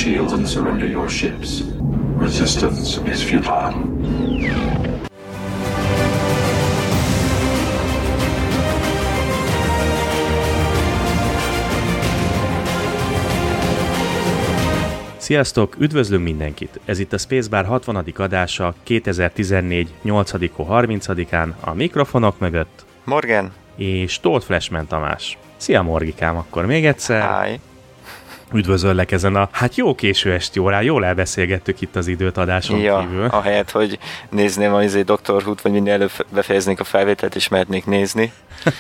shields and surrender your ships. Resistance is futile. Sziasztok, üdvözlünk mindenkit! Ez itt a Spacebar 60. adása 2014. 8-30-án a mikrofonok mögött Morgan és Tóth Flashman Tamás. Szia Morgikám, akkor még egyszer. Hi. Üdvözöllek ezen a, jó késő esti órán, jól elbeszélgettük itt az időt adáson kívül. Ahelyett, hogy nézném a Dr. Who-t, vagy minél előbb befejeznék a felvételt, és mehetnék nézni.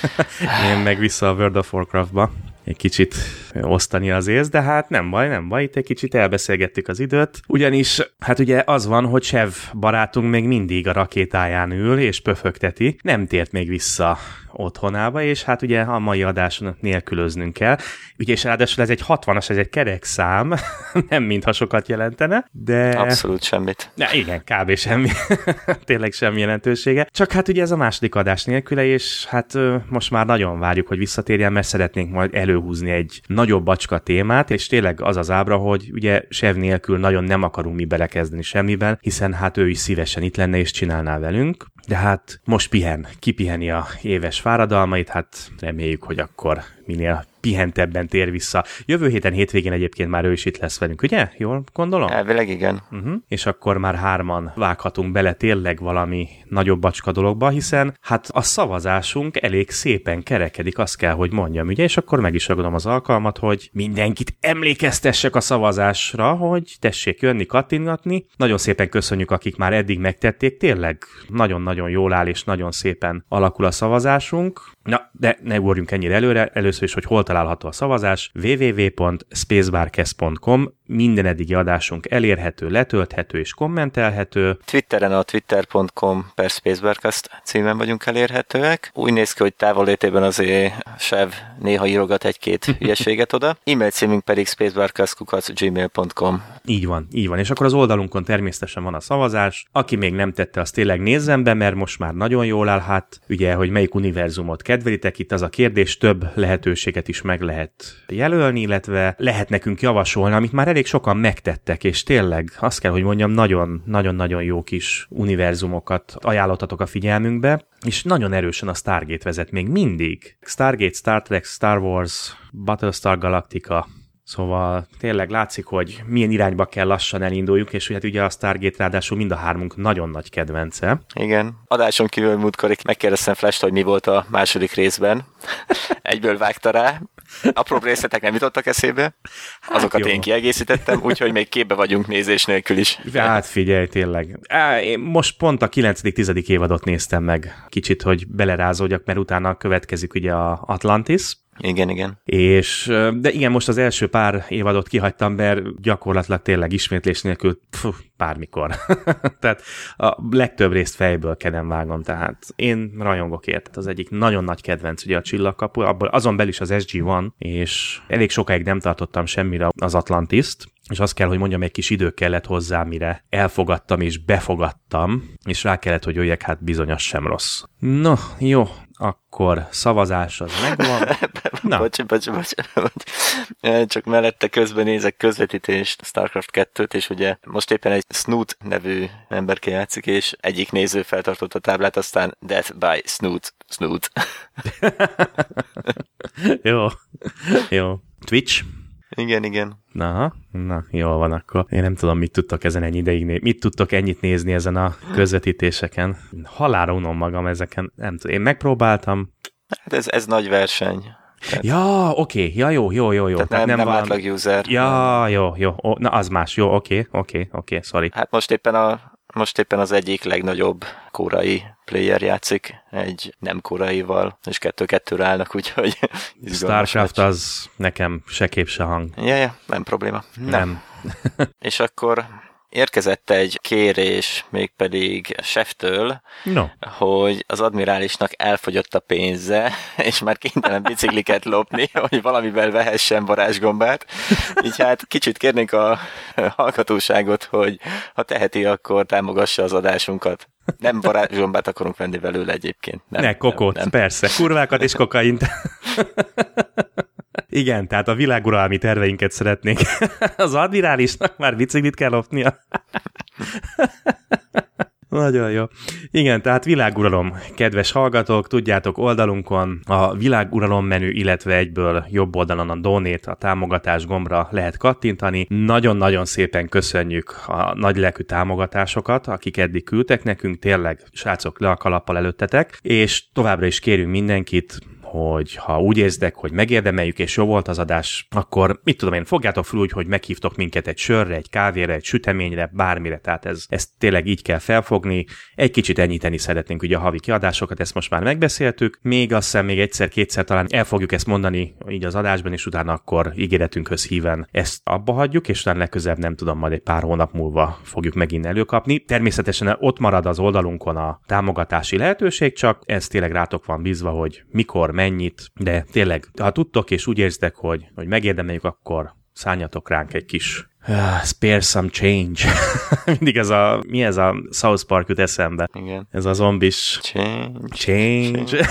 Én meg vissza a World of Warcraftba. Egy kicsit osztani az ész, de hát nem baj, itt egy kicsit elbeszélgettük az időt. Ugyanis, hát ugye az van, hogy Sev barátunk még mindig a rakétáján ül és pöfögteti, nem tért még vissza otthonába, és hát ugye a mai adáson nélkülöznünk kell. Ugye, és ráadásul ez egy 60-as, ez egy kerek szám, nem mintha sokat jelentene, de... Abszolút semmit. Na, igen, kb. Semmi. Tényleg semmi jelentősége. Csak hát ugye ez a második adás nélküle, és hát most már nagyon várjuk, hogy visszatérjen, mert szeretnénk majd előhúzni egy nagyobb bacska témát, és tényleg az az ábra, hogy ugye Sev nélkül nagyon nem akarunk mi belekezdeni semmiben, hiszen hát ő is szívesen itt lenne és csinálná velünk, de hát most kipiheni a éves fáradalmait, hát reméljük, hogy akkor minél pihentebben tér vissza. Jövő héten hétvégén egyébként már ő is itt lesz velünk, ugye? Jól gondolom? Elvileg igen. És akkor már hárman vághatunk bele tényleg valami nagyobb bacska dologba, hiszen hát a szavazásunk elég szépen kerekedik, azt kell, hogy mondjam, ugye? És akkor meg is ragadom az alkalmat, hogy mindenkit emlékeztessek a szavazásra, hogy tessék jönni, kattingatni. Nagyon szépen köszönjük, akik már eddig megtették, tényleg nagyon-nagyon jól áll, és nagyon szépen alakul a szavazásunk. Na, de ne ugorjunk ennyire előre, először is, hogy hol található a szavazás, www.spacebarcast.com, minden eddigi adásunk elérhető, letölthető és kommentelhető. Twitteren a twitter.com/spacebarcast címen vagyunk elérhetőek. Úgy néz ki, hogy távollétében azért Sev néha írogat egy-két hülyeséget oda. E-mail címünk pedig spacebarcast@gmail.com. Így van. És akkor az oldalunkon természetesen van a szavazás. Aki még nem tette, azt tényleg nézzen be, mert most már nagyon jól áll. Hát ugye, hogy melyik univerzumot kedvelitek, itt az a kérdés, több lehetőséget is meg lehet jelölni, illetve lehet nekünk javasolni, amit már elég sokan megtettek, és tényleg azt kell, hogy mondjam, nagyon-nagyon jó kis univerzumokat ajánlottatok a figyelmünkbe, és nagyon erősen a Stargate vezet még mindig. Stargate, Star Trek, Star Wars, Battlestar Galactica. Szóval tényleg látszik, hogy milyen irányba kell lassan elinduljuk, és hát ugye a Stargate ráadásul mind a hármunk nagyon nagy kedvence. Igen. Adáson kívül múltkor megkérdeztem Flash-t, hogy mi volt a második részben. Egyből vágta rá. Apróbb részletek nem jutottak eszébe. Azokat én kiegészítettem, úgyhogy még képbe vagyunk nézés nélkül is. Hát figyelj, tényleg. Én most pont a 9.-10. évadot néztem meg kicsit, hogy belerázódjak, mert utána következik ugye a Atlantis. Igen. És, de igen, most az első pár évadot kihagytam, mert gyakorlatilag tényleg ismétlés nélkül bármikor. Tehát a legtöbb részt fejből kedem vágom, tehát én rajongok érte. Az egyik nagyon nagy kedvenc ugye a Csillagkapu, azon belül is az SG-1, és elég sokáig nem tartottam semmire az Atlantist, és azt kell, hogy mondjam, egy kis idő kellett hozzá, mire elfogadtam és befogadtam, és rá kellett, hogy jöjjek, hát bizonyos sem rossz. No, jó, akkor szavazás az megvan. Bocs. Csak mellette közben nézek közvetítést, Starcraft 2-t, és ugye most éppen egy Snoot nevű emberke játszik, és egyik néző feltartott a táblát, aztán Death by Snoot. Jó. Twitch? Igen. Na, jól van akkor. Én nem tudom, mit tudtok ezen ennyi ideig mit tudtok ennyit nézni ezen a közvetítéseken. Halálra unom magam ezeken, nem tudom. Én megpróbáltam. Hát ez nagy verseny. Tehát... Ja, oké. Ja, jó. Tehát nem átlag user. Ja, jó. Na, az más. Jó, oké, sorry. Hát most éppen az egyik legnagyobb korai player játszik egy nem koraival, és 2-2-re állnak, úgyhogy Starcraft az nekem se kép, se hang. Ja, nem probléma. Nem. És akkor érkezett egy kérés, mégpedig Seftől, hogy az admirálisnak elfogyott a pénze, és már kénytelen bicikliket lopni, hogy valamivel vehessen varázsgombát. Így hát kicsit kérnénk a hallgatóságot, hogy ha teheti, akkor támogassa az adásunkat. Nem varázsgombát akarunk venni belőle egyébként. Kokót, persze. Kurvákat és kokaint. Igen, tehát a világuralmi terveinket szeretnénk. Az admirálisnak már biciklit kell lopnia. Nagyon jó. Igen, tehát világuralom, kedves hallgatók, tudjátok, oldalunkon a világuralom menü, illetve egyből jobb oldalon a donate, a támogatás gombra lehet kattintani. Nagyon-nagyon szépen köszönjük a nagylelkű támogatásokat, akik eddig küldtek nekünk, tényleg, srácok, le a kalappal előttetek, és továbbra is kérünk mindenkit, hogy ha úgy érzitek, hogy megérdemeljük, és jó volt az adás, akkor mit tudom én, fogjátok fel úgy, hogy meghívtok minket egy sörre, egy kávéra, egy süteményre, bármire, tehát ezt tényleg így kell felfogni. Egy kicsit enyhíteni szeretnénk ugye a havi kiadásokat, ezt most már megbeszéltük. Még azt hiszem, még egyszer-kétszer talán el fogjuk ezt mondani így az adásban, és utána akkor ígéretünkhöz híven ezt abba hagyjuk, és utána legközelebb nem tudom, majd egy pár hónap múlva fogjuk megint előkapni. Természetesen ott marad az oldalunkon a támogatási lehetőség, csak ez tényleg rátok van bízva, hogy mikor, mennyit, de tényleg, ha tudtok és úgy érzitek, hogy megérdemeljük, akkor szálljatok ránk egy kis spare some change. Mindig mi ez a South Park jut eszembe? Igen. Ez a zombis change.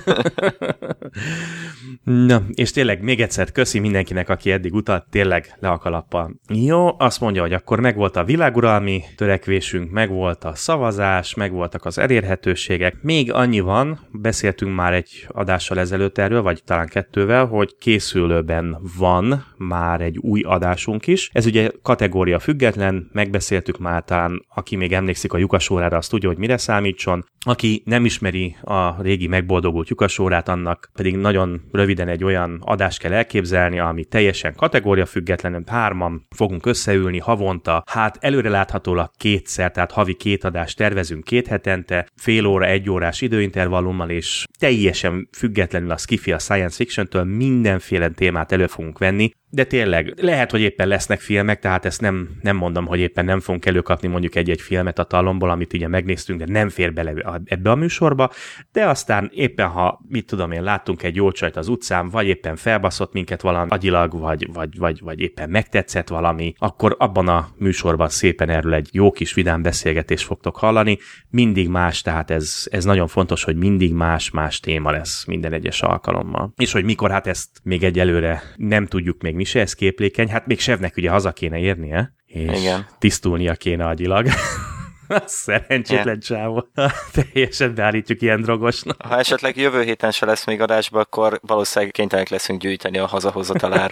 Na, és tényleg még egyszer köszi mindenkinek, aki eddig utalt, tényleg le a kalappal. Jó, azt mondja, hogy akkor megvolt a világuralmi törekvésünk, megvolt a szavazás, megvoltak az elérhetőségek. Még annyi van, beszéltünk már egy adással ezelőtt erről, vagy talán 2-vel, hogy készülőben van már egy új adásunk is. Ez ugye kategória független, megbeszéltük már, talán aki még emlékszik a lyukasórára, azt tudja, hogy mire számítson. Aki nem ismeri a régi megboldogult lyukasórát, annak pedig nagyon röviden egy olyan adást kell elképzelni, ami teljesen kategória független, 3-an fogunk összeülni havonta, hát előreláthatólag 2-szer, tehát havi 2 adást tervezünk 2 hetente, fél óra, 1 órás időintervallummal, és teljesen függetlenül a sci-fi, a science fiction-től mindenféle témát elő fogunk venni, de tényleg, lehet, hogy éppen lesznek filmek, tehát ezt nem mondom, hogy éppen nem fogunk előkapni mondjuk egy-egy filmet a talomból, amit ugye megnéztünk, de nem fér bele ebbe a műsorba, de aztán éppen, ha mit tudom én, láttunk egy jó csajt az utcán, vagy éppen felbaszott minket valami agyilag, vagy éppen megtetszett valami, akkor abban a műsorban szépen erről egy jó kis vidám beszélgetést fogtok hallani. Mindig más, tehát ez nagyon fontos, hogy mindig más téma lesz minden egyes alkalommal. És hogy mikor, hát ezt még egyelőre nem tudjuk még mi se, ez képlékeny, hát még Sevnek ugye haza kéne érnie, és igen, tisztulnia kéne agyilag. Szerencsétlen csávó. Teljesen beállítjuk ilyen drogosnak. Ha esetleg jövő héten se lesz még adásba, akkor valószínűleg kénytelenek leszünk gyűjteni a hazahozatalára.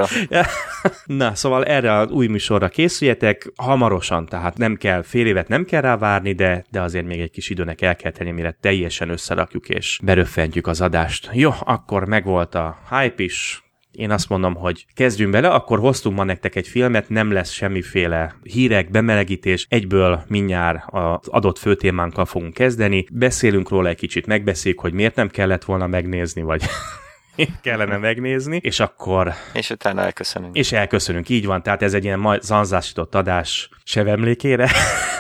Na, szóval erre az új műsorra készüljetek hamarosan, tehát nem kell, fél évet nem kell rá várni, de azért még egy kis időnek el kell tenni, mire teljesen összerakjuk és beröffentjük az adást. Jó, akkor megvolt a hype is. Én azt mondom, hogy kezdjünk bele, akkor hoztunk ma nektek egy filmet, nem lesz semmiféle hírek, bemelegítés, egyből mindjárt az adott főtémánkkal fogunk kezdeni, beszélünk róla egy kicsit, megbeszéljük, hogy miért nem kellett volna megnézni, vagy kellene megnézni, és akkor... És utána elköszönünk. És elköszönünk, így van, tehát ez egy ilyen zanzásított adás Sev emlékére.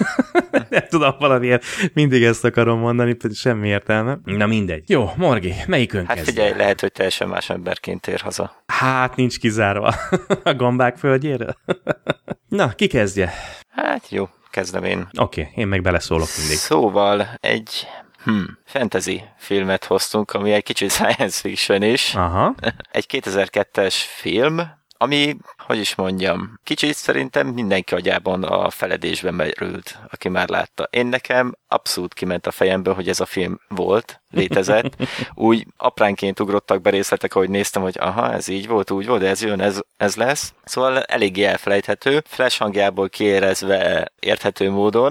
Nem tudom, valamiért mindig ezt akarom mondani, pedig semmi értelme. Na mindegy. Jó, Morgi, melyikön kezdje? Hát figyelj, lehet, hogy teljesen más emberként tér haza. Hát nincs kizárva a gombák földjéről. Na, ki kezdje? Hát jó, kezdem én. Oké, én meg beleszólok mindig. Szóval egy... fantasy filmet hoztunk, ami egy kicsit science fiction is. Aha. Egy 2002-es film, ami, hogy is mondjam, kicsit szerintem mindenki agyában a feledésben merült, aki már látta. Én nekem abszolút kiment a fejemből, hogy ez a film volt, létezett. Úgy apránként ugrottak be részletek, ahogy néztem, hogy aha, ez így volt, úgy volt, de ez jön, ez lesz. Szóval eléggé elfelejthető, flash hangjából kiérezve érthető módon.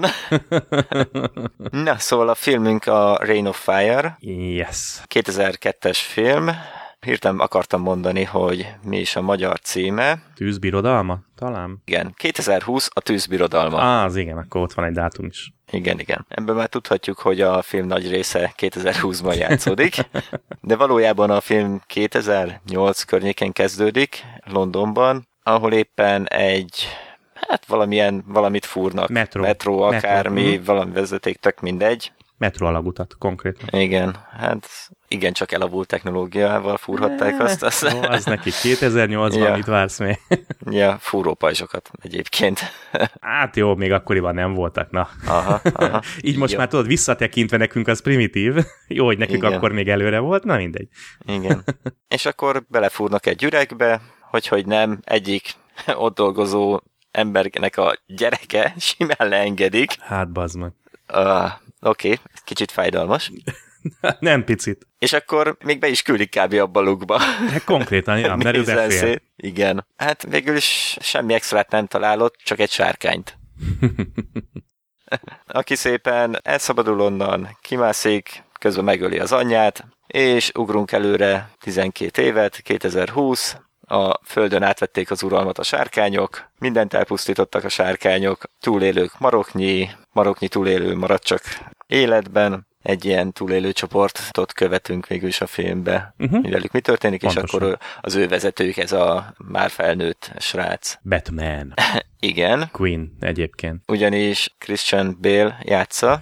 Na, szóval a filmünk a Reign of Fire. Yes. 2002-es film. Hirtelen akartam mondani, hogy mi is a magyar címe. Tűzbirodalma? Talán. Igen, 2020 a Tűzbirodalma. Az igen, akkor ott van egy dátum is. Igen. Ebből már tudhatjuk, hogy a film nagy része 2020-ban játszódik, de valójában a film 2008 környékén kezdődik, Londonban, ahol éppen valamit fúrnak. Metró akármi, valami vezeték, tök mindegy. Metro alagutat konkrétan. Igen, hát igen, csak elavult technológiával fúrhatták azt. Az neki 2008-ban mit vársz még? Ja, fúrópajzsokat egyébként. Hát jó, még akkoriban nem voltak, na. Aha. Így most már tudod, visszatekintve nekünk az primitív. Jó, hogy nekünk akkor még előre volt, na mindegy. Igen. És akkor belefúrnak egy üregbe, hogy nem, egyik ott dolgozó embernek a gyereke simán leengedik. Hát bazd meg. Oké, kicsit fájdalmas. Nem picit. És akkor még be is küldik kb. Abba a lukba. Konkrétan, ja, mert ő befél. Igen. Hát végül is semmi extrát nem találott, csak egy sárkányt. Aki szépen elszabadul onnan, kimászik, közben megöli az anyját, és ugrunk előre 12 évet, 2020, a földön átvették az uralmat a sárkányok, mindent elpusztítottak a sárkányok, túlélők maroknyi túlélő maradt csak életben, egy ilyen túlélő csoportot követünk végül is a filmbe. Velük mi történik, pontosan. És akkor az ő vezetőjük ez a már felnőtt srác. Batman. Igen. Queen egyébként. Ugyanis Christian Bale játsza.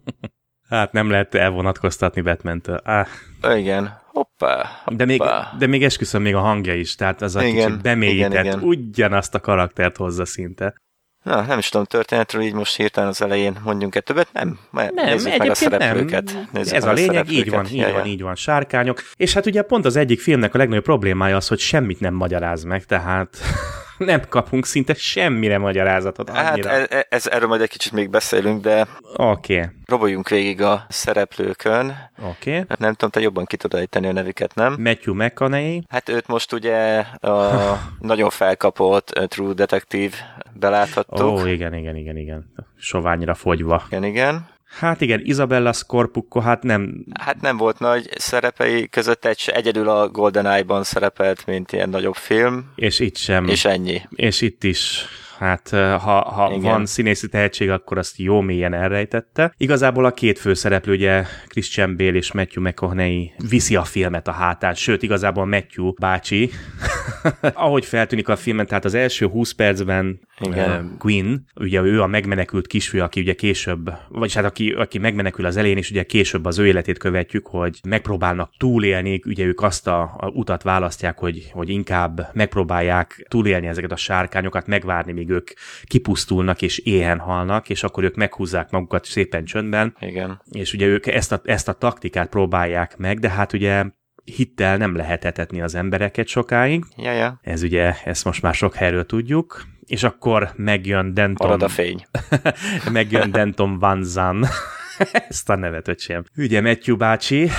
Hát nem lehet elvonatkoztatni Batman-től. Igen. Hoppá. De még esküszöm még a hangja is, tehát az a kicsit bemélyített, ugyanazt a karaktert hozza szinte. Na, nem is tudom, történetről így most hirtelen az elején mondjunk többet, nem, nézzük meg a szereplőket. Ez a lényeg, így van, sárkányok. És hát ugye pont az egyik filmnek a legnagyobb problémája az, hogy semmit nem magyaráz meg, tehát nem kapunk szinte semmire magyarázatot. Annyira. Hát erről majd egy kicsit még beszélünk, de roboljunk végig a szereplőkön. Nem tudom, te jobban ki tudod ejteni a nevüket, nem? Matthew McConaughey. Hát őt most ugye a nagyon felkapott True Detective beláthattuk. Igen. Soványra fogyva. Igen. Hát igen, Isabella Scorbucco, hát nem volt nagy szerepei között, egyedül a GoldenEye-ban szerepelt, mint ilyen nagyobb film. És itt sem. És ennyi. És itt is. Hát ha van színészi tehetség, akkor azt jó mélyen elrejtette. Igazából a két főszereplő, ugye Christian Bale és Matthew McConaughey viszi a filmet a hátán, sőt, igazából Matthew bácsi, ahogy feltűnik a filmen, tehát az első 20 percben Queen, ugye ő a megmenekült kisfiú, aki ugye később, vagyis hát aki megmenekül az elején, és ugye később az ő életét követjük, hogy megpróbálnak túlélni, ugye ők azt a utat választják, hogy inkább megpróbálják túlélni ezeket a sárkányokat, megvárni, míg ők kipusztulnak és éhen halnak, és akkor ők meghúzzák magukat szépen csöndben. Igen. És ugye ők ezt a taktikát próbálják meg, de hát ugye hittel nem lehet etetni az embereket sokáig. Ja. Ez ugye, ezt most már sok helyről tudjuk. És akkor megjön Denton... Marad a fény. Megjön Denton Van Zandt. Ezt a nevet, öcsém. Ugye Matthew bácsi.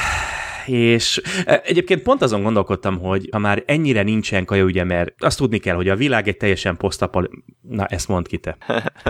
És egyébként pont azon gondolkodtam, hogy ha már ennyire nincsen kaja, ugye, mert azt tudni kell, hogy a világ egy teljesen Na, ezt mondd ki te.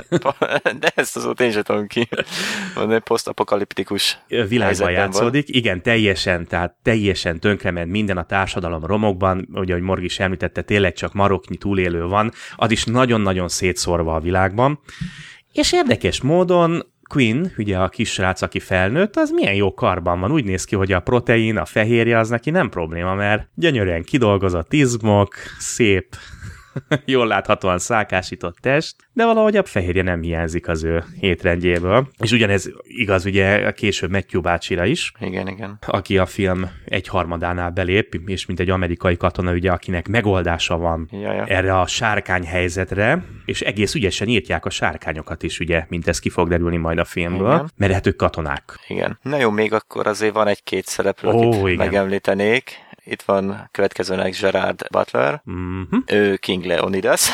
De ezt az ott én sem tudom ki. Van egy posztapokaliptikus világban játszódik. Van. Igen, teljesen tönkrement minden, a társadalom romokban, ugye, ahogy Morgi is említette, tényleg csak maroknyi túlélő van, az is nagyon-nagyon szétszórva a világban. És érdekes módon Queen, ugye a kisrác, aki felnőtt, az milyen jó karban van. Úgy néz ki, hogy a protein, a fehérje az neki nem probléma, mert gyönyörűen kidolgozott izmok, szép, jól láthatóan szálkásított test, de valahogy a fehérje nem hiányzik az ő étrendjéből. És ugyanez igaz ugye a később Matthew bácsira is. Igen. Aki a film 1/3-ánál belép, és mint egy amerikai katona, ugye, akinek megoldása van erre a sárkány helyzetre, és egész ügyesen írtják a sárkányokat is, ugye, mint ez ki fog derülni majd a filmből, mert hát ők katonák. Igen. Na jó, még akkor azért van egy-két szereplő, akit megemlítenék. Itt van következőnek Gerard Butler, ő King Leonidas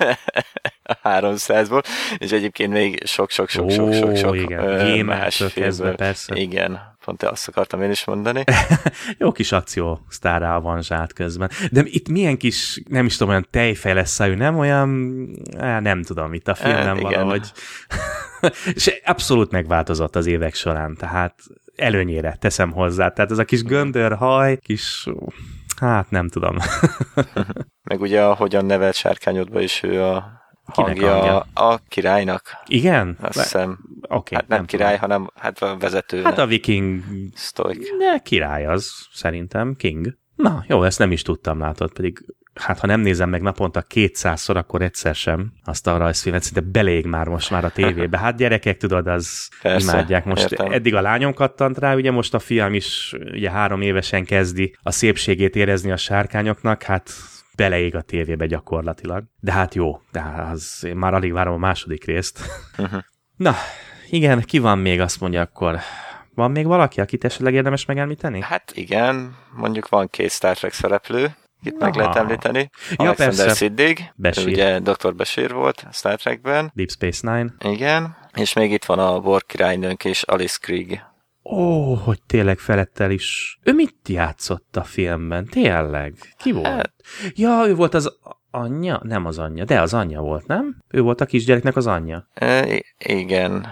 a 300-ból, és egyébként még sok más filmből. Persze. Igen, pont azt akartam én is mondani. Jó kis akció sztárrá avanzsált közben. De itt milyen kis, nem is tudom, olyan tejfejles szájú, nem olyan, nem tudom, itt a filmben valahogy. És abszolút megváltozott az évek során, tehát előnyére teszem hozzá. Tehát ez a kis göndörhaj, hát nem tudom. Meg ugye ahogyan nevelt sárkányodba is ő a hangja a királynak. Igen? Azt hiszem. Okay, hát nem király, tudom. Hanem hát a vezető. Hát a viking sztoik. De király az, szerintem. King. Na, jó, ezt nem is tudtam, látod, pedig hát ha nem nézem meg naponta 200-szor, akkor egyszer sem azt a rajzfilmet, szinte belég már most már a tévébe. Hát gyerekek, tudod, az persze, imádják. Most értem. Eddig a lányom kattant rá, ugye most a fiam is ugye 3 évesen kezdi a szépségét érezni a sárkányoknak, hát beleég a tévébe gyakorlatilag. De hát jó, de az, én már alig várom a második részt. Na, igen, ki van még, azt mondja akkor... Van még valaki, akit esetleg érdemes megemlíteni? Hát igen, mondjuk van 2 Star Trek szereplő, itt meg lehet említeni. Ja, Alexander Siddig, ugye Dr. Bashir volt Star Trekben. Deep Space Nine. Igen, és még itt van a Borg királynőnk és Alice Krige. Ó, hogy tényleg felettel is. Ő mit játszott a filmben? Tényleg? Ki volt? Hát... Ja, ő volt az anyja? Nem az anyja, de az anyja volt, nem? Ő volt a kisgyereknek az anyja. Igen.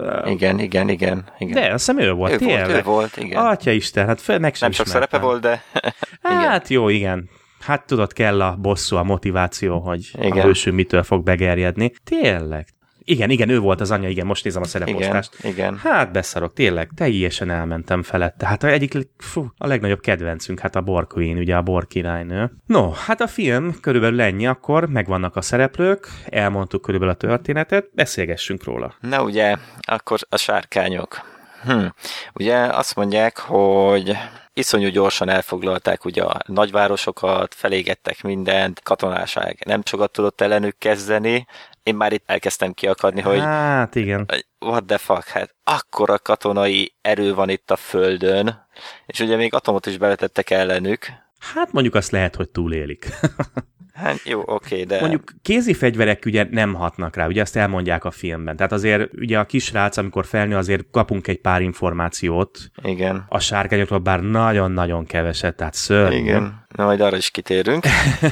Igen. De azt hiszem ő volt, tényleg. Ő volt, igen. Atyaisten, hát meg sem nem sok szerepe volt, de... Hát jó, igen. Hát tudod, kell a bosszú, a motiváció, hogy igen. A hősünk mitől fog begerjedni. Tényleg. Igen, ő volt az anyja, igen, most nézem a szereposztást. Igen. Hát beszarok, tényleg, teljesen elmentem felette. Hát a legnagyobb kedvencünk, hát a Borg Queen, ugye a Borg királynő. No, hát a film körülbelül ennyi, akkor megvannak a szereplők, elmondtuk körülbelül a történetet, beszélgessünk róla. Na ugye, akkor a sárkányok. Ugye azt mondják, hogy iszonyú gyorsan elfoglalták ugye a nagyvárosokat, felégettek mindent, katonáság nem sokat tudott ellenük kezdeni. Én már itt elkezdtem kiakadni, hogy hát igen. What the fuck, hát akkora katonai erő van itt a Földön, és ugye még atomot is bevetettek ellenük. Hát mondjuk azt lehet, hogy túlélik. Hát jó, oké, de... Mondjuk kézi fegyverek ugye nem hatnak rá, ugye azt elmondják a filmben. Tehát azért ugye a kisrác, amikor felnő, azért kapunk egy pár információt. Igen. A sárkányokról, bár nagyon-nagyon keveset, tehát szörnyű. Igen, na majd arra is kitérünk.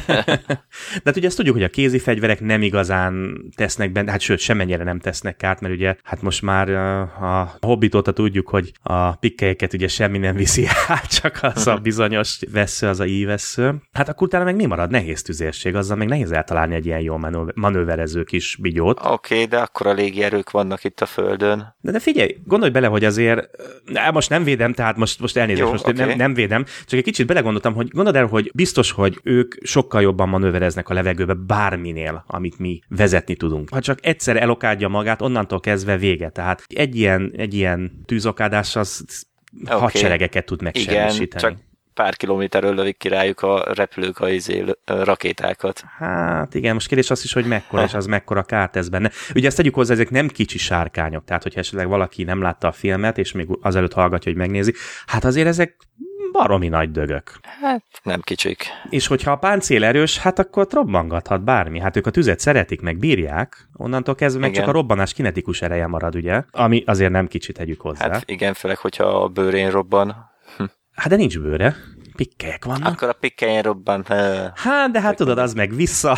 De hát ugye azt tudjuk, hogy a kézi fegyverek nem igazán tesznek benne, hát sőt, semmennyire nem tesznek kárt, mert ugye hát most már a Hobbit óta tudjuk, hogy a pikkelyeket ugye semmi nem viszi át, csak az a bizonyos vessző, az a ívesző. Hát akkor utána meg mi marad? Nehéz tüzérség, azzal még nehéz eltalálni egy ilyen jól manőverező kis bigyót. Oké, de akkor a légierők vannak itt a Földön. De figyelj, gondolj bele, hogy azért, most nem védem, tehát most elnézést, jó, most okay. nem védem, csak egy kicsit belegondoltam, hogy gondold el, hogy biztos, hogy ők sokkal jobban manővereznek a levegőbe bárminél, amit mi vezetni tudunk. Ha csak egyszer elokádja magát, onnantól kezdve vége. Tehát egy ilyen tűzokádás az hadseregeket tud megsemmisíteni. Igen, csak pár kilométerről lövik ki rájuk a repülők a rakétákat. Hát igen, most kérdés az is, hogy mekkora, és az mekkora kárt tesz benne. Ugye ezt tegyük hozzá, ezek nem kicsi sárkányok, tehát hogyha esetleg valaki nem látta a filmet, és még azelőtt hallgatja, hogy megnézi, hát azért ezek baromi nagy dögök. Hát nem kicsik. És hogyha a páncél erős, hát akkor robbangathat bármi. Hát ők a tüzet szeretik, meg bírják, onnantól kezdve meg csak a robbanás kinetikus ereje marad, ugye? Ami azért nem kicsit tegyük hozzá. Hát igen, főleg, hogyha a bőrén robban. Hát de nincs bőre. Pikkelyek vannak. Akkor a pikkelyen robban. Hát, de hát tudod, az meg vissza.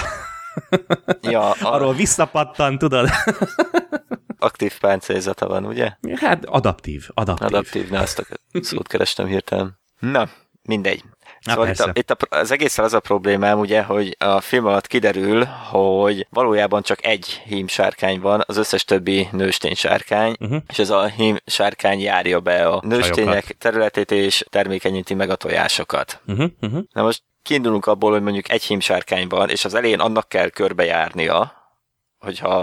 Ja, arról visszapattan, tudod. Aktív páncélzata van, ugye? Hát adaptív. Adaptív, azt a szót kerestem hirtelen. Na, mindegy. Szóval itt az egészen az a problémám, ugye, hogy a film alatt kiderül, hogy valójában csak egy hímsárkány van, az összes többi nőstény-sárkány, és ez a hímsárkány járja be a nőstények területét, és termékenyíti meg a tojásokat. Na most kiindulunk abból, hogy mondjuk egy hímsárkány van, és az elején annak kell körbejárnia, hogyha...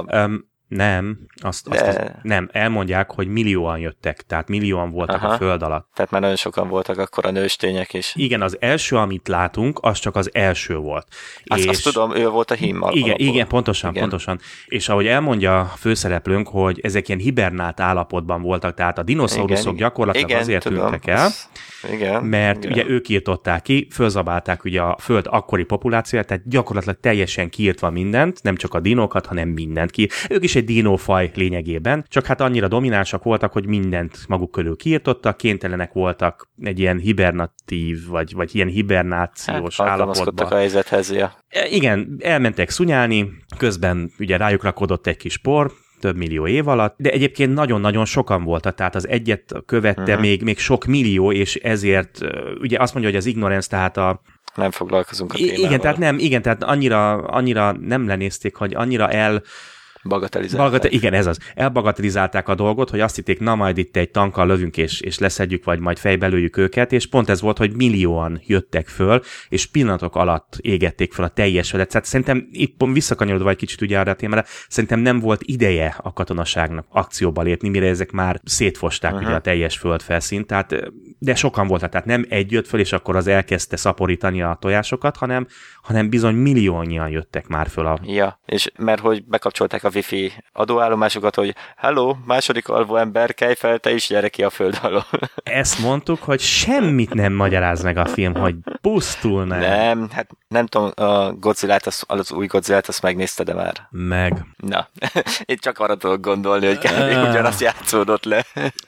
Nem, elmondják, hogy millióan jöttek, tehát millióan voltak a föld alatt. Tehát már nagyon sokan voltak akkor a nőstények is. Igen, az első, amit látunk, az csak az első volt. Azt tudom, ő volt a hím. Igen, pontosan. És ahogy elmondja a főszereplőnk, hogy ezek ilyen hibernált állapotban voltak, tehát a dinoszauruszok gyakorlatilag azért tűntek el, mert ugye ők írtották ki, fölzabálták ugye a föld akkori populációját, tehát gyakorlatilag teljesen kiírtva mindent, nem csak a dinókat, hanem mindent ki. Ők is egy dinófaj lényegében, csak hát annyira dominánsak voltak, hogy mindent maguk körül kiirtottak, kénytelenek voltak egy ilyen hibernatív, vagy ilyen hibernációs állapotban. A helyzethez, ja. Igen, elmentek szunyálni, közben ugye rájuk rakodott egy kis por, több millió év alatt, de egyébként nagyon-nagyon sokan voltak, tehát az egyet követte még sok millió, és ezért ugye azt mondja, hogy az ignorance, tehát a nem foglalkozunk a témával. Igen, tehát annyira nem lenézték, hogy annyira Bagatelizálták. Igen, ez az. Elbagatelizálták a dolgot, hogy azt hitték, na majd itt egy tankkal lövünk, és leszedjük, vagy majd fejbe lőjük őket, és pont ez volt, hogy millióan jöttek föl, és pillanatok alatt égették fel a teljes földet. Tehát szerintem itt visszakanyarodva egy kicsit ugye arra a témára, szerintem nem volt ideje a katonaságnak akcióba lépni, mire ezek már szétfosták ugye a teljes földfelszínt, tehát, de sokan voltak, tehát nem egy jött föl, és akkor az elkezdte szaporítani a tojásokat, hanem bizony milliónyian jöttek már föl a... Ja, és mert hogy bekapcsolták a wifi adóállomásokat, hogy hello, második alvó ember, kelj fel, te is gyere ki a föld alól. Ezt mondtuk, hogy semmit nem magyaráz meg a film, hogy pusztulna. Nem, hát nem tudom, a Godzilla-t, az új Godzilla-t, azt megnézted már? Meg. Na, én csak arra tudok gondolni, hogy ugyanazt játszódott le.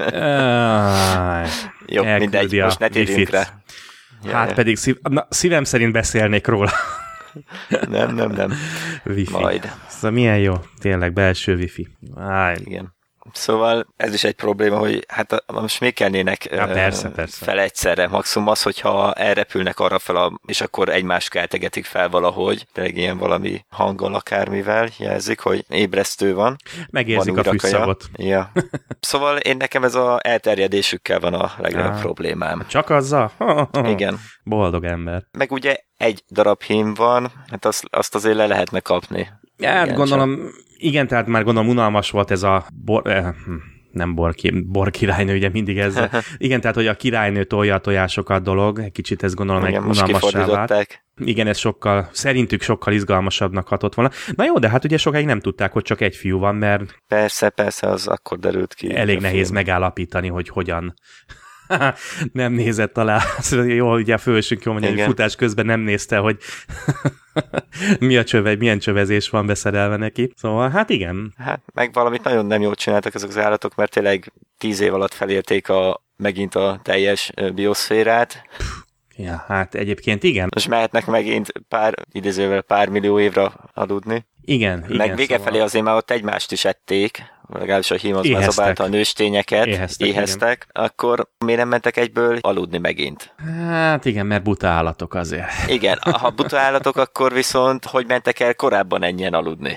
Jó, mindegy, most ne térjünk rá. Hát pedig szívem szerint beszélnék róla. Nem. Wifi. Majd. Szóval milyen jó, tényleg belső wifi. Igen. Szóval ez is egy probléma, hogy hát most még kelnének persze. fel egyszerre. Maximum az, hogyha elrepülnek arra fel, és akkor egymást keltegetik fel valahogy, tényleg ilyen valami hanggal akármivel jelzik, hogy ébresztő van. Megérzik a fűszagot. Ja. Szóval nekem ez az elterjedésükkel van a legnagyobb problémám. Csak azzal? Igen. Boldog ember. Meg ugye egy darab hím van, hát azt azért le lehetne kapni. Hát igen, gondolom, igen, tehát már gondolom unalmas volt ez a nem bor királynő, ugye mindig ez. Igen, tehát hogy a királynő tolja a tojásokat dolog, egy kicsit ez gondolom meg unalmassá vált. Igen, ez szerintük sokkal izgalmasabbnak hatott volna. Na jó, de hát ugye sokáig nem tudták, hogy csak egy fiú van, mert... Persze, az akkor derült ki. Elég nehéz megállapítani, hogy hogyan... nem nézett alá. Jó, ugye a fősünk jól mondja, hogy futás közben nem nézte, hogy milyen csövezés van beszerelve neki. Szóval, hát igen. Hát meg valamit nagyon nem jól csináltak ezek az állatok, mert tényleg 10 év alatt felérték megint a teljes bioszférát. Ja, hát egyébként igen. Most mehetnek megint pár millió évre aludni. Igen. Meg vége szóval... felé azért már ott egymást is ették, legalábbis a hím az már zabálta a nőstényeket, éheztek, akkor miért nem mentek egyből aludni megint? Hát igen, mert buta állatok azért. Igen, ha buta állatok, akkor viszont hogy mentek el korábban ennyien aludni?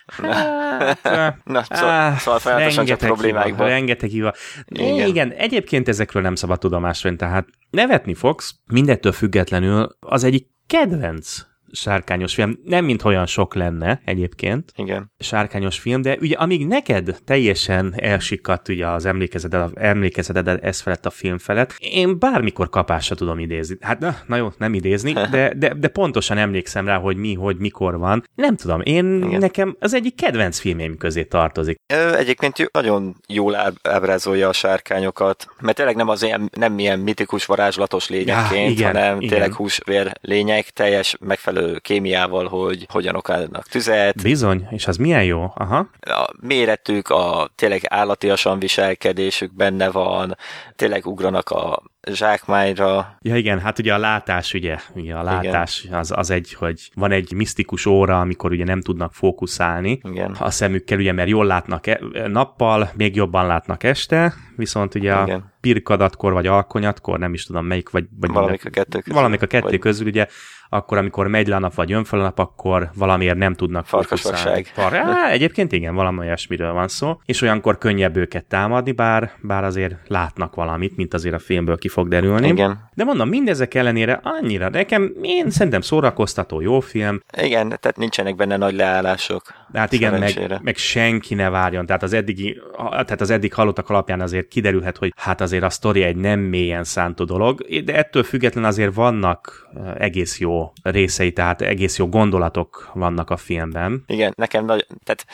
Szóval folyamatosan csak problémákban. Rengeteg hiva. Igen, egyébként ezekről nem szabad tudomást venni, tehát nevetni fogsz, mindettől függetlenül az egyik kedvenc sárkányos film. Nem mint olyan sok lenne egyébként. Igen. Sárkányos film, de ugye amíg neked teljesen elsikadt ugye az emlékezeted ez felett a film felett, én bármikor kapásra tudom idézni. Hát na jó, nem idézni, de pontosan emlékszem rá, hogy mikor van. Nem tudom, nekem az egyik kedvenc filmjeim közé tartozik. Egyébként nagyon jól ábrázolja a sárkányokat, mert tényleg nem ilyen mitikus varázslatos lényekként, hanem tényleg húsvér lények, teljes megfelelő kémiával, hogy hogyan okoznak tüzet. Bizony, és az milyen jó. Aha. A méretük, tényleg állatiasan viselkedésük benne van, tényleg ugranak a zsákmányra. Ja igen, hát ugye a látás, ugye a látás az egy, hogy van egy misztikus óra, amikor ugye nem tudnak fókuszálni a szemükkel, ugye, mert jól látnak nappal, még jobban látnak este, viszont ugye a pirkadatkor vagy alkonyatkor, nem is tudom melyik, vagy valamelyik a kettő közül, ugye, akkor amikor megy le a nap, vagy jön fel a nap, akkor valamiért nem tudnak fókuszálni. Egyébként igen, valami olyasmiről van szó, és olyankor könnyebb őket támadni, bár azért látnak valamit, mint azért a filmből ki fog derülni. Igen. De mondom, mindezek ellenére annyira, én szerintem szórakoztató, jó film. Igen, tehát nincsenek benne nagy leállások. Hát igen, meg senki ne várjon, tehát az eddig hallottak alapján azért kiderülhet, hogy hát azért a sztori egy nem mélyen szántó dolog, de ettől függetlenül azért vannak egész jó részei, tehát egész jó gondolatok vannak a filmben. Igen, nekem nagy, tehát...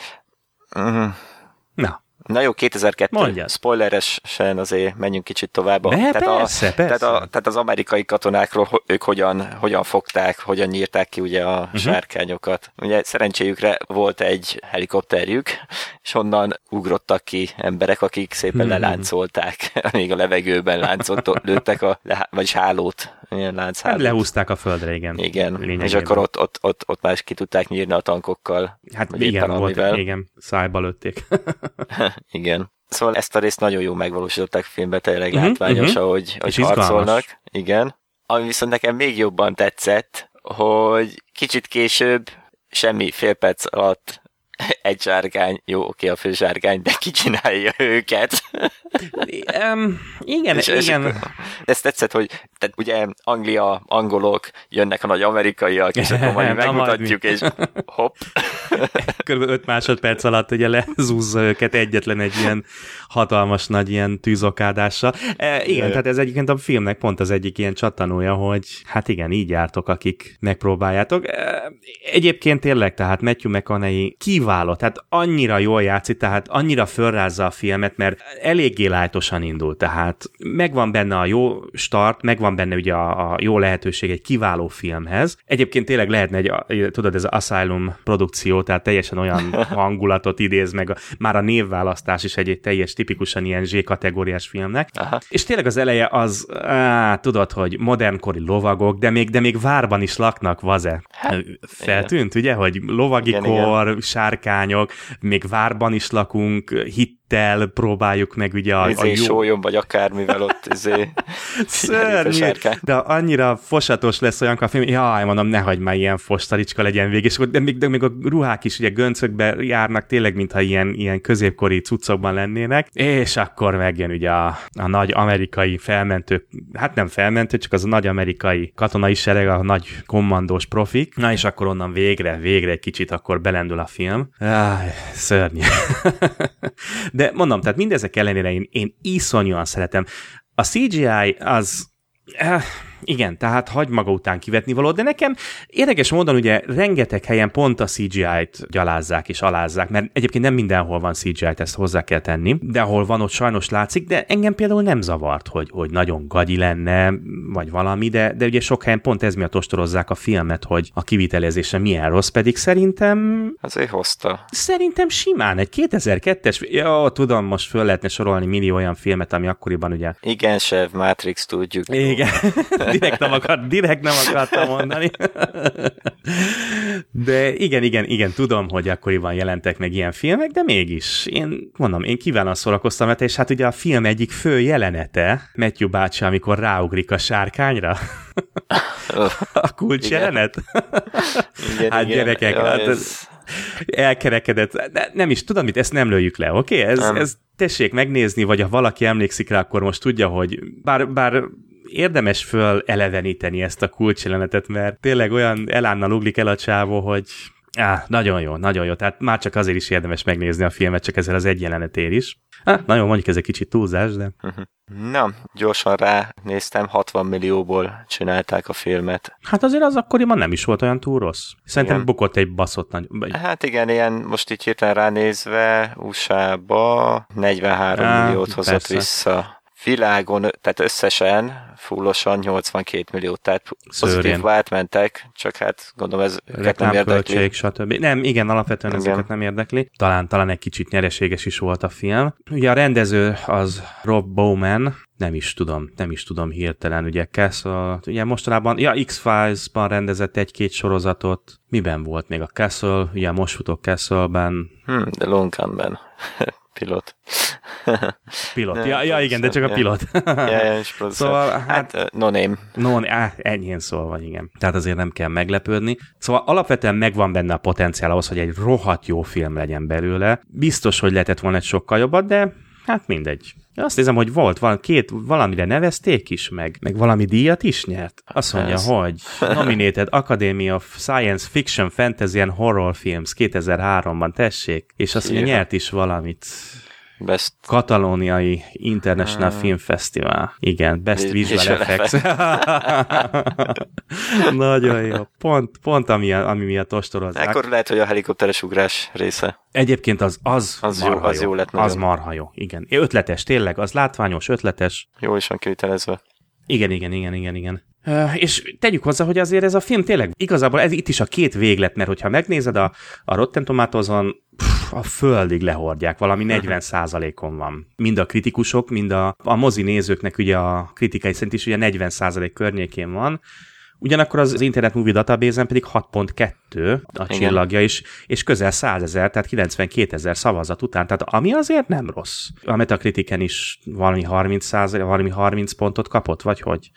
Na jó, 2002. Mondjad. Spoileresen azért menjünk kicsit tovább. Persze. Tehát az amerikai katonákról ők hogyan fogták, hogyan nyírták ki ugye a sárkányokat. Ugye szerencséjükre volt egy helikopterjük, és onnan ugrottak ki emberek, akik szépen leláncolták, még a levegőben láncot lőttek, vagyis hálót, ilyen lánchálót. Lehúzták a földre, igen. Igen, és akkor ott már ki tudták nyírni a tankokkal. Hát igen, volt, igen, szájba lőtték. Igen. Szóval ezt a részt nagyon jól megvalósították filmben, tényleg látványos, ahogy harcolnak. Igen. Ami viszont nekem még jobban tetszett, hogy kicsit később, semmi fél perc alatt egy zsárgány, jó, oké, a fő zsárgány, de ki csinálja őket? Igen. Ez tetszett, hogy tehát ugye Anglia, angolok, jönnek a nagy amerikaiak, és akkor majd megmutatjuk, és hopp. Körülbelül 5 másodperc alatt ugye lezúzza őket egyetlen egy ilyen hatalmas nagy ilyen tűzokádással. Igen, tehát ez egyébként a filmnek pont az egyik ilyen csattanója, hogy hát igen, így jártok, akik megpróbáljátok. Egyébként tényleg, tehát Matthew McConaughey kiváló, tehát annyira jól játszik, tehát annyira fölrázza a filmet, mert eléggé lájtosan indul, tehát megvan benne a jó start, megvan benne ugye a jó lehetőség egy kiváló filmhez. Egyébként tényleg lehetne tudod, ez az Asylum produkció, tehát teljesen olyan hangulatot idéz meg, már a névválasztás is egy teljes tipikusan ilyen Z-kategóriás filmnek. Aha. És tényleg az eleje az, tudod, hogy modernkori lovagok, de még várban is laknak, vaze. Feltűnt, ugye, hogy lovagi kor, sárkányok, még várban is lakunk, hittel próbáljuk meg ugye a jó... sólyom, vagy akármivel ott szörnyű, de annyira fosatos lesz olyankor a film, jaj, mondom, ne hagyd már ilyen fostalicska legyen végig, de még a ruhák is ugye göncökbe járnak, tényleg, mintha ilyen középkori cuccokban lennének, és akkor megjön ugye a nagy amerikai felmentő, hát nem felmentő, csak az a nagy amerikai katonai sereg, a nagy kommandós profik, na és akkor onnan végre egy kicsit akkor belendül a film. Szörnyű. De mondom, tehát mindezek ellenére én iszonyúan szeretem. A CGI az... igen, tehát hagy maga után kivetni valót, de nekem érdekes módon ugye rengeteg helyen pont a CGI-t gyalázzák és alázzák, mert egyébként nem mindenhol van CGI-t, ezt hozzá kell tenni, de ahol van, ott sajnos látszik, de engem például nem zavart, hogy nagyon gagyi lenne, vagy valami, de ugye sok helyen pont ez miatt ostorozzák a filmet, hogy a kivitelezése milyen rossz, pedig szerintem... Azért hozta. Szerintem simán, egy 2002-es, jó, tudom, most föl lehetne sorolni millió olyan filmet, ami akkoriban ugye... Igen, Sev, Matrix, tudjuk. Igen. Direkt nem akartam mondani. De igen, tudom, hogy akkoriban jelentek meg ilyen filmek, de mégis, én kívánóan szórakoztam vele, és hát ugye a film egyik fő jelenete, Matthew bácsi, amikor ráugrik a sárkányra. A kulcs jelenet. Igen, hát gyerekek, elkerekedett. De nem is, tudom mit, ezt nem lőjük le, oké? Ez tessék megnézni, vagy ha valaki emlékszik rá, akkor most tudja, hogy bár érdemes föleleveníteni ezt a kulcsjelenetet, mert tényleg olyan elánnal uglik el a csávó, hogy nagyon jó. Tehát már csak azért is érdemes megnézni a filmet, csak ezzel az egy jelenetért is. Nagyon mondjuk ez egy kicsit túlzás, de... Na, gyorsan ránéztem, 60 millióból csinálták a filmet. Hát azért az akkoriban nem is volt olyan túl rossz. Szerintem bukott egy baszott nagy... Hát igen, ilyen most így hirtelen ránézve USA-ba 43 milliót hozott vissza. Világon, tehát összesen, fullosan 82 millió, tehát pozitívba átmentek, csak hát gondolom ez őket nem érdekli. Stb. Nem, igen, alapvetően ezeket nem érdekli. Talán egy kicsit nyereséges is volt a film. Ugye a rendező az Rob Bowman, nem is tudom hirtelen, ugye Castle, ugye mostanában, X-Files-ban rendezett egy-két sorozatot. Miben volt még a Castle? Ugye most futok Castle-ben. The Long Gunman. Pilot. Igen, de csak a pilot. Szóval, hát no name. Ennyien szólva, igen. Tehát azért nem kell meglepődni. Szóval alapvetően megvan benne a potenciál ahhoz, hogy egy rohadt jó film legyen belőle. Biztos, hogy lehetett volna egy sokkal jobbat, de hát mindegy. Azt hiszem, hogy valamire nevezték is, meg valami díjat is nyert. Azt mondja, hogy Nominated Academy of Science Fiction Fantasy and Horror Films 2003-ban, tessék, és azt mondja, nyert is valamit. Best. Katalóniai International Film Festival. Igen, Best Visual Effects. Nagyon jó. Pont ami miatt ostorozzák. Ekkor lehet, hogy a helikopteres ugrás része. Egyébként az jó lett. Az marha jó, igen. Ötletes, tényleg, az látványos, ötletes. Jó is van kivitelezve. Igen. És tegyük hozzá, hogy azért ez a film tényleg igazából itt is a két véglet, mert hogyha megnézed a Rotten Tomatoes-on, a földig lehordják, valami 40%-on van. Mind a kritikusok, mind a mozi nézőknek ugye a kritikai szerint is ugye 40% környékén van. Ugyanakkor az Internet Movie Database-en pedig 6.2 a csillagja is, és közel 100 000, tehát 92 000 szavazat után, tehát ami azért nem rossz. A Metacritiken is valami 30 pontot kapott, vagy hogy?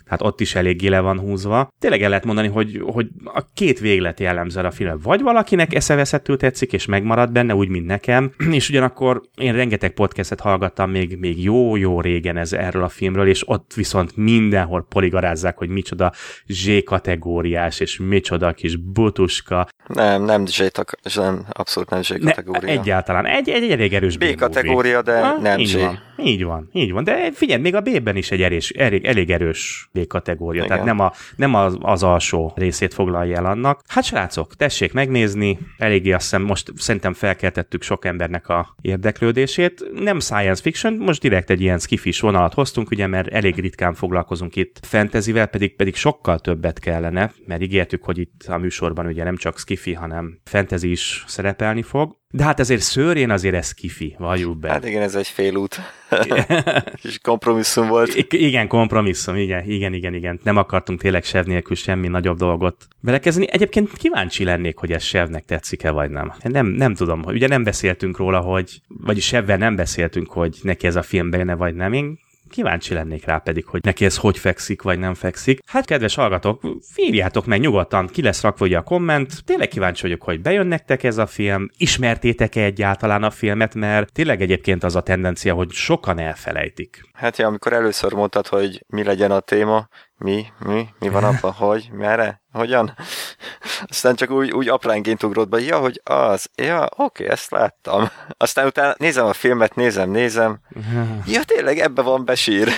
hát ott is eléggé le van húzva. Tényleg el lehet mondani, hogy a két véglet jellemző a film. Vagy valakinek eszeveszettül tetszik, és megmarad benne, úgy, mint nekem, és ugyanakkor én rengeteg podcastet hallgattam még jó régen erről a filmről, és ott viszont mindenhol poligarázzák, hogy micsoda Z-kategóriás, és micsoda kis butuska. Nem abszolút nem Z-kategória. Egyáltalán. Egy elég erős B-kategória, de nem Z. Így van. De figyelj, még a B-ben is egy elég erős B-kategória, igen. Tehát nem az alsó részét foglalja el annak. Hát srácok, tessék megnézni, eléggé azt hiszem, most szerintem felkeltettük sok embernek a érdeklődését. Nem science fiction, most direkt egy ilyen skifis vonalat hoztunk, ugye, mert elég ritkán foglalkozunk itt fantasyvel, pedig sokkal többet kellene, mert ígértük, hogy itt a műsorban ugye nem csak skifi, hanem fantasy is szerepelni fog. De hát ezért szőrén azért ez skifi, valljuk be. Hát igen, ez egy félút. És kompromisszum volt. Igen, kompromisszum, igen. Nem akartunk tényleg sev nélkül semmi nagyobb dolgot belekezdeni. Egyébként kíváncsi lennék, hogy ez sevnek tetszik-e, vagy nem. Nem tudom, ugye nem beszéltünk róla, vagyis sevvel nem beszéltünk, hogy neki ez a film bejönne, vagy nem. Én kíváncsi lennék rá pedig, hogy neki ez hogy fekszik, vagy nem fekszik. Hát, kedves hallgatók, írjátok meg nyugodtan, ki lesz rakva ugye a komment. Tényleg kíváncsi vagyok, hogy bejön nektek ez a film, ismertétek-e egyáltalán a filmet, mert tényleg egyébként az a tendencia, hogy sokan elfelejtik. Hát ja, amikor először mondtad, hogy mi legyen a téma, mi van abban, hogy, merre, hogyan? Aztán csak úgy apránként ugrott be, hogy oké, ezt láttam. Aztán utána nézem a filmet, nézem. Ja, tényleg, ebbe van besír.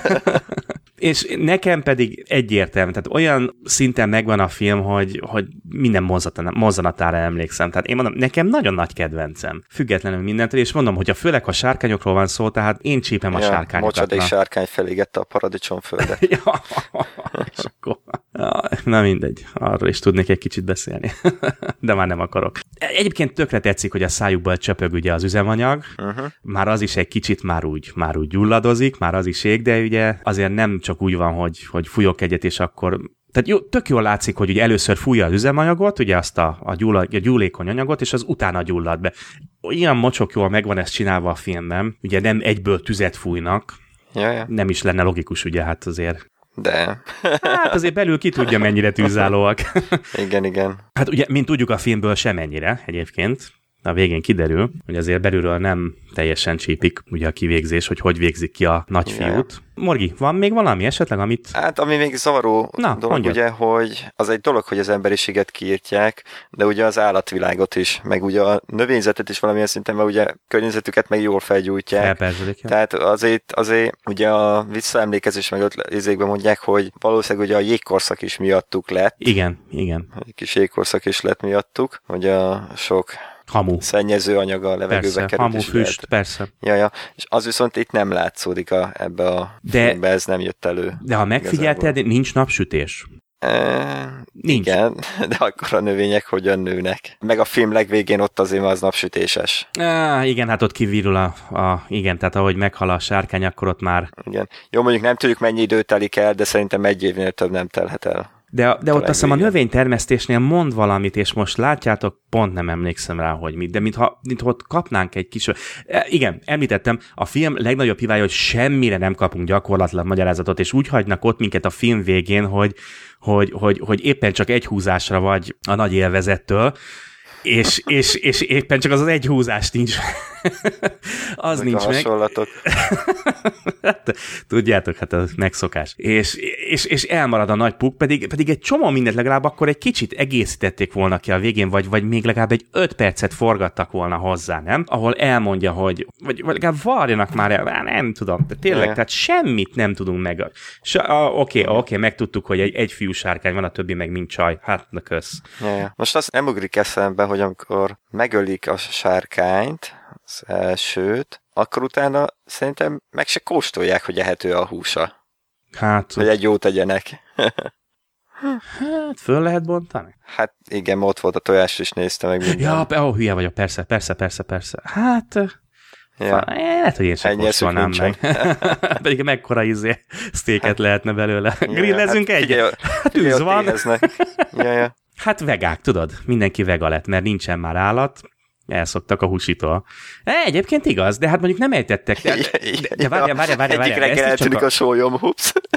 És nekem pedig egyértelmű, tehát olyan szinten megvan a film, hogy minden mozzanatára emlékszem. Tehát én mondom, nekem nagyon nagy kedvencem, függetlenül mindentől, és mondom, hogy főleg a sárkányokról van szó, tehát én csípem a sárkányokat. Mocsadék sárkány felégette a paradicsomföldet. És akkor, na mindegy, arról is tudnék egy kicsit beszélni, de már nem akarok. Egyébként tökre tetszik, hogy a szájukból csöpög ugye az üzemanyag, már az is egy kicsit már úgy gyulladozik, már az is ég, de ugye azért nem csak úgy van, hogy fújok egyet, és akkor... Tehát jó, tök jól látszik, hogy ugye először fújja az üzemanyagot, ugye azt a gyúlékony anyagot, és az utána gyullad be. Ilyen mocsok jól megvan ezt csinálva a filmben, ugye nem egyből tüzet fújnak, ja. Nem is lenne logikus, ugye, hát azért... De. Hát azért belül ki tudja, mennyire tűzállóak. Igen. Hát ugye, mint tudjuk, a filmből semennyire egyébként. A végén kiderül, hogy azért belülről nem teljesen csípik ugye a kivégzés, hogy végzik ki a nagyfiút. Morgi, van még valami esetleg, amit... Hát, ami még zavaró dolog, mondjad. Ugye, hogy az egy dolog, hogy az emberiséget kiírtják, de ugye az állatvilágot is, meg ugye a növényzetet is valamilyen szinten, mert ugye környezetüket meg jól felgyújtják. Tehát azért ugye a visszaemlékezés meg izékben mondják, hogy valószínűleg ugye a jégkorszak is miattuk lett. Igen. Egy kis jégkorszak is lett miattuk, hogy a sok... hamu. Szennyező anyaga a levegőbe került. Hamu, füst, persze. Ja. És az viszont itt nem látszódik ebbe a filmbe, ez nem jött elő. De ha megfigyelted, nincs napsütés. Nincs. Igen, de akkor a növények hogyan nőnek? Meg a film legvégén ott azért az napsütéses. Igen, hát ott kivirul igen, tehát ahogy meghal a sárkány, akkor ott már... Igen. Jó, mondjuk nem tudjuk mennyi idő telik el, de szerintem egy évnél több nem telhet el. De ott azt hiszem a növénytermesztésnél mond valamit, és most látjátok, pont nem emlékszem rá, hogy mit, de mintha ott kapnánk egy kis... Igen, említettem, a film legnagyobb hibája, hogy semmire nem kapunk gyakorlatilag magyarázatot, és úgy hagynak ott minket a film végén, hogy éppen csak egy húzásra vagy a nagy élvezettől, és éppen csak az egy húzás nincs. Az nincs meg. Tudjátok, hát a megszokás. És elmarad a nagy puk, pedig egy csomó mindent legalább akkor egy kicsit egészítették volna ki a végén, vagy még legalább egy 5 percet forgattak volna hozzá, nem? Ahol elmondja, hogy vagy legalább varjanak már el, nem tudom, de tényleg, tehát semmit nem tudunk meg. Oké, megtudtuk, hogy egy fiú sárkány van, a többi meg mint csaj. Hát, na kösz. Ja. Most azt nem ugrik eszembe, hogy amikor megölik a sárkányt, az elsőt, akkor utána szerintem meg se kóstolják, hogy ehető a húsa. Hát... Hogy egy jót tegyenek. Hát, föl lehet bontani? Hát igen, ott volt a tojást is nézte meg minden. Ja, hülye vagyok, persze. Hát... Ja. Lehet, hogy én sem kóstolnám meg. Pedig mekkora sztéket lehetne belőle. Grillezzünk egyet? Hát űz van. Ja. Hát vegák, tudod? Mindenki vega lett, mert nincsen már állat. Elszoktak a húsitól. Egyébként igaz, de hát mondjuk nem ejtettek. De várjál. Egyik reggel eltűnik a sólyom, hups.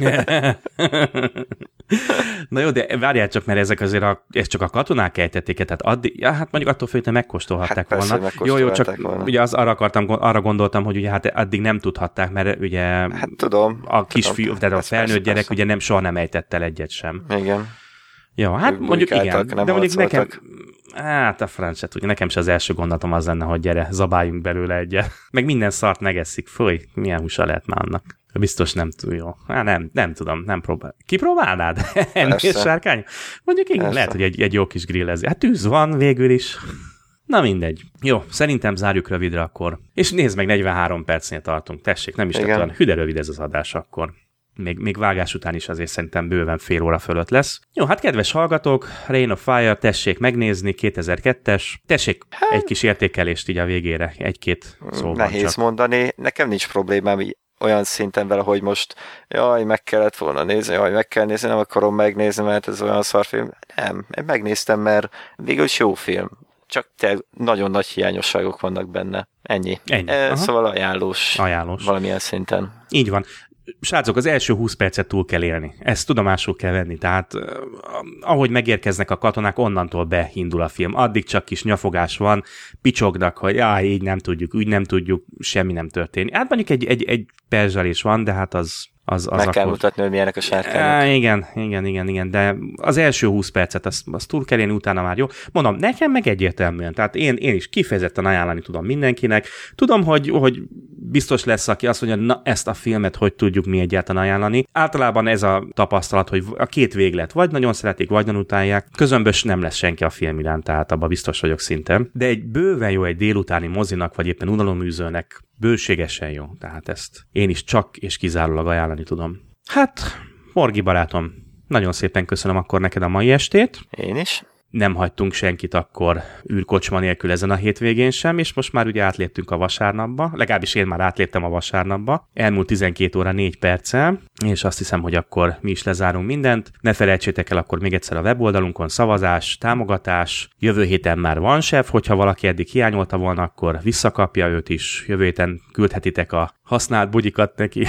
Na jó, de várjál csak, mert ezek azért ez csak a katonák ejtették, tehát addig, hát mondjuk attól főleg megkóstolhatták volna. Jó, csak volna. Ugye arra gondoltam, hogy ugye hát addig nem tudhatták, mert ugye hát tudom, a kisfiú, tehát a felnőtt gyerek ugye nem soha nem ejtett el egyet sem. Igen. Jó, hát mondjuk igen, de mondjuk nekem, hát a francia tudja, nekem is az első gondolatom az lenne, hogy gyere, zabáljunk belőle egyet. Meg minden szart megeszik, fúj, milyen húsa lehet már annak. Biztos nem túl jó. Hát nem tudom, nem próbál. Kipróbálnád? Ennél sárkány? Mondjuk igen, persze. Lehet, hogy egy jó kis grillezés. Hát tűz van végül is. Na mindegy. Jó, szerintem zárjuk rövidre akkor. És nézd meg, 43 percnél tartunk. Tessék, nem is olyan hüde rövid ez az adás akkor. Még vágás után is azért szerintem bőven fél óra fölött lesz. Jó, hát kedves hallgatók, Reign of Fire, tessék megnézni, 2002-es. Tessék egy kis értékelést így a végére, egy-két szóval. Nehéz mondani, nekem nincs problémám olyan szinten vele, hogy most jaj, meg kellett volna nézni, jaj, meg kell nézni, nem akarom megnézni, mert ez olyan szarfilm. Nem, én megnéztem, mert végül is jó film. Csak nagyon nagy hiányosságok vannak benne. Ennyi. Szóval ajánlós. Valamilyen szinten. Így van. Srácok, az első 20 percet túl kell élni. Ezt tudomásul kell venni. Tehát ahogy megérkeznek a katonák, onnantól beindul a film. Addig csak kis nyafogás van, picsognak, hogy így nem tudjuk, úgy nem tudjuk, semmi nem történik. Hát mondjuk egy perzselés van, de hát az meg kell mutatni, hogy milyenek a sárkányok. Igen, de az első 20 percet azt túl kell élni, utána már jó. Mondom, nekem meg egyértelműen, tehát én is kifejezetten ajánlani tudom mindenkinek. Tudom, hogy biztos lesz, aki azt mondja, na ezt a filmet hogy tudjuk mi egyáltalán ajánlani. Általában ez a tapasztalat, hogy a két véglet vagy nagyon szeretik, vagy nagyon utálják. Közömbös nem lesz senki a film iránt, tehát abban biztos vagyok szinte. De egy bőven jó egy délutáni mozinak, vagy éppen unaloműzőnek bőségesen jó. Tehát ezt én is csak és kizárólag ajánlani tudom. Hát, Morgi barátom, nagyon szépen köszönöm akkor neked a mai estét. Én is. Nem hagytunk senkit akkor űrkocsma nélkül ezen a hétvégén sem, és most már ugye átléptünk a vasárnapba, legalábbis én már átléptem a vasárnapba. Elmúlt 12 óra 4 perccel, és azt hiszem, hogy akkor mi is lezárunk mindent. Ne felejtsétek el akkor még egyszer a weboldalunkon szavazás, támogatás. Jövő héten már van sef, hogyha valaki eddig hiányolta volna, akkor visszakapja őt is. Jövő héten küldhetitek a használt bugyikat neki.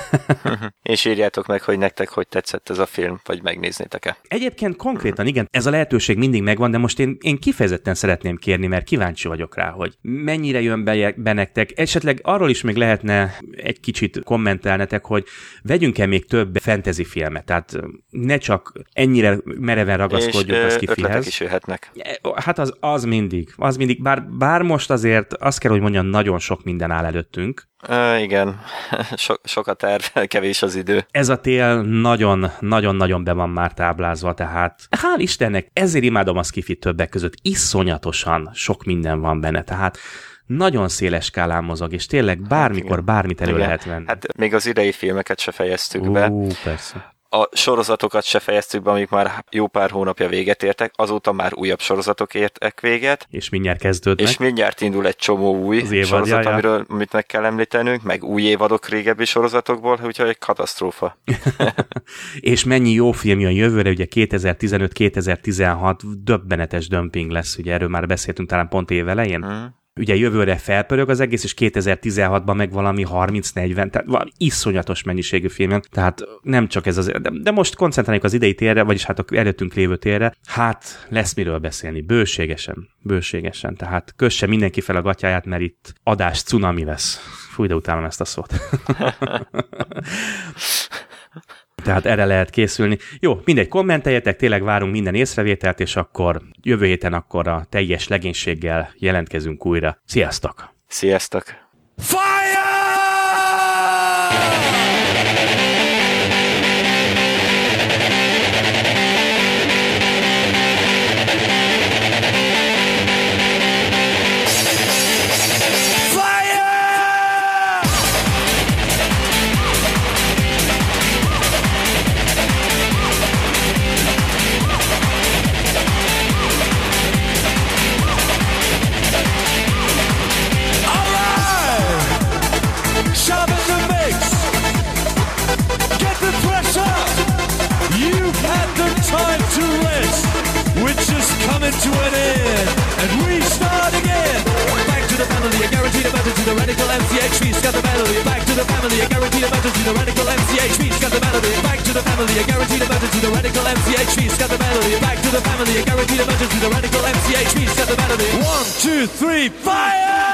És írjátok meg, hogy nektek hogy tetszett ez a film, vagy megnéznétek-e. Egyébként konkrétan igen, ez a lehetőség mindig megvan, de most én kifejezetten szeretném kérni, mert kíváncsi vagyok rá, hogy mennyire jön be nektek. Esetleg arról is még lehetne egy kicsit kommentelnetek, hogy vegyünk-e még több fantasy filmet, tehát ne csak ennyire mereven ragaszkodjunk az kifihez. És ötletek is jöhetnek. Hát az mindig, bár most azért azt kell, hogy mondjam, nagyon sok minden áll előttünk. Igen, sok a terv, kevés az idő. Ez a tél nagyon-nagyon be van már táblázva, tehát hál' Istennek, ezért imádom a skifit többek között, iszonyatosan sok minden van benne, tehát nagyon széles skálán mozog, és tényleg bármikor bármit elő lehet venni. Hát még az idei filmeket se fejeztük be. Persze. A sorozatokat se fejeztük be, amik már jó pár hónapja véget értek, azóta már újabb sorozatok értek véget. És mindjárt kezdődnek. És mindjárt indul egy csomó új sorozat, amit meg kell említenünk, meg új évadok régebbi sorozatokból, úgyhogy egy katasztrófa. És mennyi jó film jön jövőre, ugye 2015-2016 döbbenetes dömping lesz, ugye erről már beszéltünk talán pont évelején. Ugye jövőre felpörög az egész, és 2016-ban meg valami 30-40, tehát valami iszonyatos mennyiségű film. Tehát nem csak ez az... De most koncentráljuk az idei térre, vagyis hát a előttünk lévő térre. Hát lesz miről beszélni. Bőségesen. Tehát kösse mindenki fel a gatyáját, mert itt adás cunami lesz. Fúj, de utálom ezt a szót. Tehát erre lehet készülni. Jó, mindegy, kommenteljetek, tényleg várunk minden észrevételt, és akkor jövő héten akkor a teljes legénységgel jelentkezünk újra. Sziasztok! Sziasztok! Fire! To an end, and we start again. Back to the penalty, a guaranteed a battle to the radical MCX. We scatter the penalty back to the family, a guaranteed emergency, the radical MCHV's got the melody. Back to the family, a guaranteed emergency, the radical MCHV's got the melody. Back to the family, a guaranteed emergency, the radical MCHV's got the melody. 1, 2, 3, fire!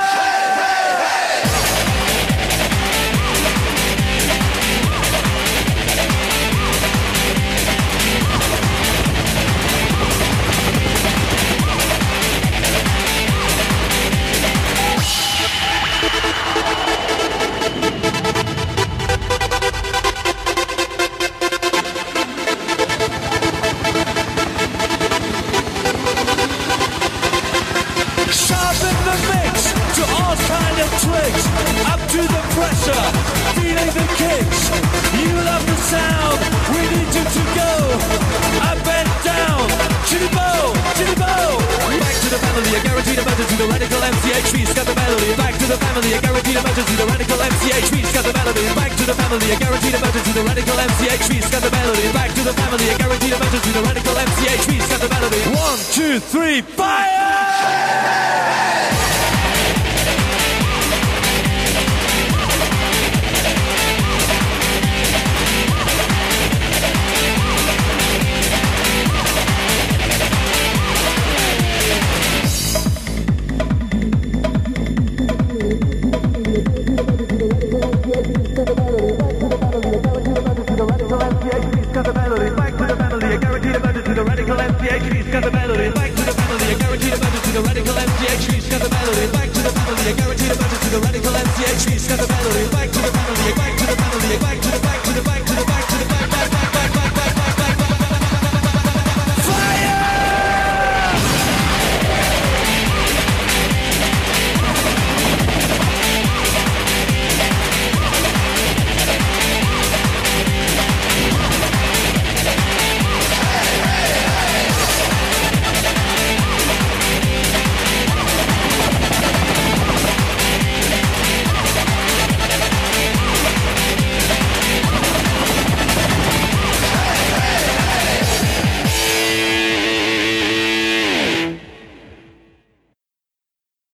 Tricks, up to the pressure, feeling the kicks. You love the sound, we need you to go up and down. Chitty bow, chitty bow. Back to the family, a guaranteed emergency, the radical MCHV's got the melody. Back to the family, a guaranteed emergency, the radical MCHV's got the melody. Back to the family, a guaranteed emergency, the radical MCHV's got the melody. Back to the family, a guaranteed emergency, the radical MCHV's got the melody. 1, 2, 3, fire! Got the melody, back to the family, a guaranteed emergency, the radical MCHV's got the melody, back to the family, a guaranteed emergency, the radical MCHV's got the melody, back to the family, a guaranteed emergency, the radical MCHV's got the melody, back to the family, back to the family, back to the back to the back to the back to the back.